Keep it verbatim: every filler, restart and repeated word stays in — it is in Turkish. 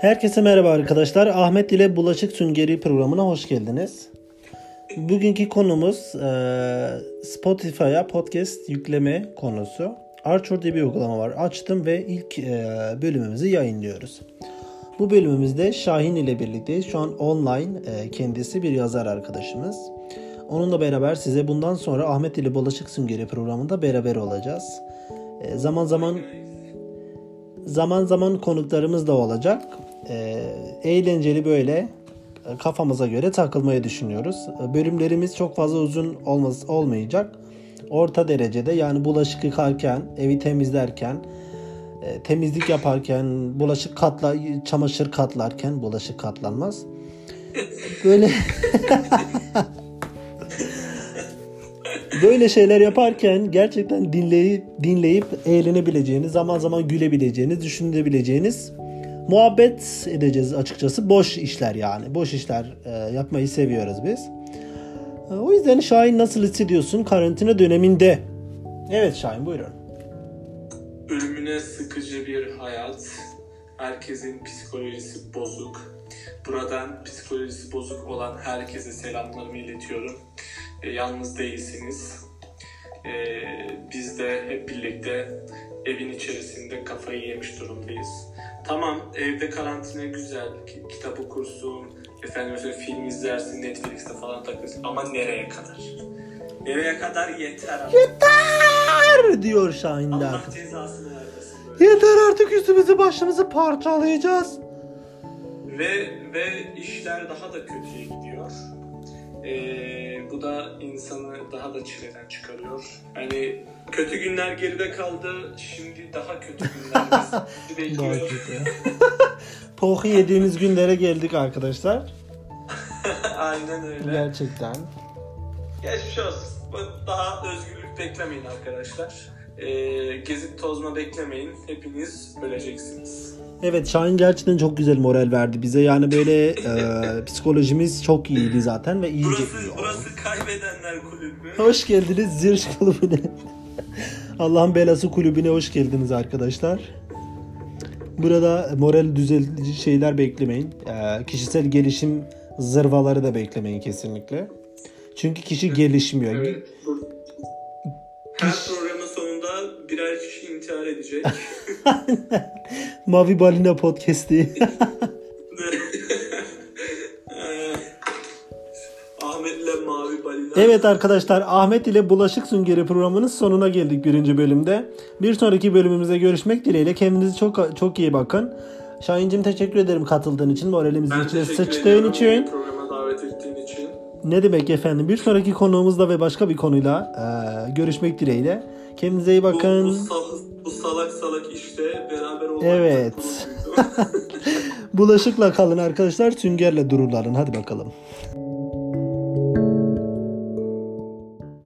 Herkese merhaba arkadaşlar. Ahmet ile Bulaşık Süngeri programına hoş geldiniz. Bugünkü konumuz Spotify'a podcast yükleme konusu. Archer diye bir uygulama var. Açtım ve ilk bölümümüzü yayınlıyoruz. Bu bölümümüzde Şahin ile birlikte şu an online, kendisi bir yazar arkadaşımız. Onunla beraber size bundan sonra Ahmet ile Bulaşık Süngeri programında beraber olacağız. Zaman zaman zaman zaman konuklarımız da olacak. Eğlenceli böyle kafamıza göre takılmayı düşünüyoruz. Bölümlerimiz çok fazla uzun olmaz, olmayacak. Orta derecede, yani bulaşık yıkarken, evi temizlerken, temizlik yaparken, bulaşık katla, çamaşır katlarken, bulaşık katlanmaz. Böyle böyle şeyler yaparken gerçekten dinleyip dinleyip eğlenebileceğiniz, zaman zaman gülebileceğiniz, düşünebileceğiniz, muhabbet edeceğiz açıkçası. Boş işler yani. Boş işler e, yapmayı seviyoruz biz. E, o yüzden Şahin, nasıl hissediyorsun karantina döneminde? Evet Şahin, buyurun. Ölümüne sıkıcı bir hayat. Herkesin psikolojisi bozuk. Buradan psikolojisi bozuk olan herkese selamlarımı iletiyorum. E, yalnız değilsiniz. E, biz de hep birlikte evin içerisinde kafayı yemiş durumdayız. Tamam, evde karantina güzel, kitap okursun, efendim mesela film izlersin, Netflix'te falan takılırsın, ama nereye kadar? Nereye kadar yeter artık. Yeter diyor Şahin. Allah cezasını vermesin böyle. Yeter artık, üstümüzü başımızı parçalayacağız. Ve ve işler daha da kötüye gidiyor. Ee, bu da insanı daha da çileden çıkarıyor. Hani kötü günler geride kaldı. Şimdi daha kötü günler bizi bekliyor. Poğu yediğimiz günlere geldik arkadaşlar. Aynen öyle. Gerçekten. Geçmiş olsun. Daha özgürlük beklemeyin arkadaşlar. Ee, gezip tozma beklemeyin. Hepiniz öleceksiniz. Evet, Şahin gerçekten çok güzel moral verdi bize. Yani böyle e, psikolojimiz çok iyiydi zaten ve iyice. Burası, burası kaybedenler kulübü. Hoş geldiniz Zirş kulübüne. Allah'ın belası kulübüne hoş geldiniz arkadaşlar. Burada moral düzeltici şeyler beklemeyin. E, kişisel gelişim zırvaları da beklemeyin kesinlikle. Çünkü kişi gelişmiyor. Evet. Her programın sonunda birer kişi intihar edecek. Mavi Balina Podcast'i. Ahmet ile Mavi Balina. Evet arkadaşlar, Ahmet ile Bulaşık Süngeri programının sonuna geldik birinci bölümde. Bir sonraki bölümümüzde görüşmek dileğiyle. Kendinize çok çok iyi bakın. Şahin'cim, teşekkür ederim katıldığın için, moralimizi içine sıçtığın için. Programa davet ettiğin için. Ne demek efendim. Bir sonraki konuğumuzla ve başka bir konuyla e, görüşmek dileğiyle. Kendinize iyi bakın. Bu, bu, sal, bu salak salak işte beraber olmak. Evet. Bulaşıkla kalın arkadaşlar, süngerle dururların. Hadi bakalım.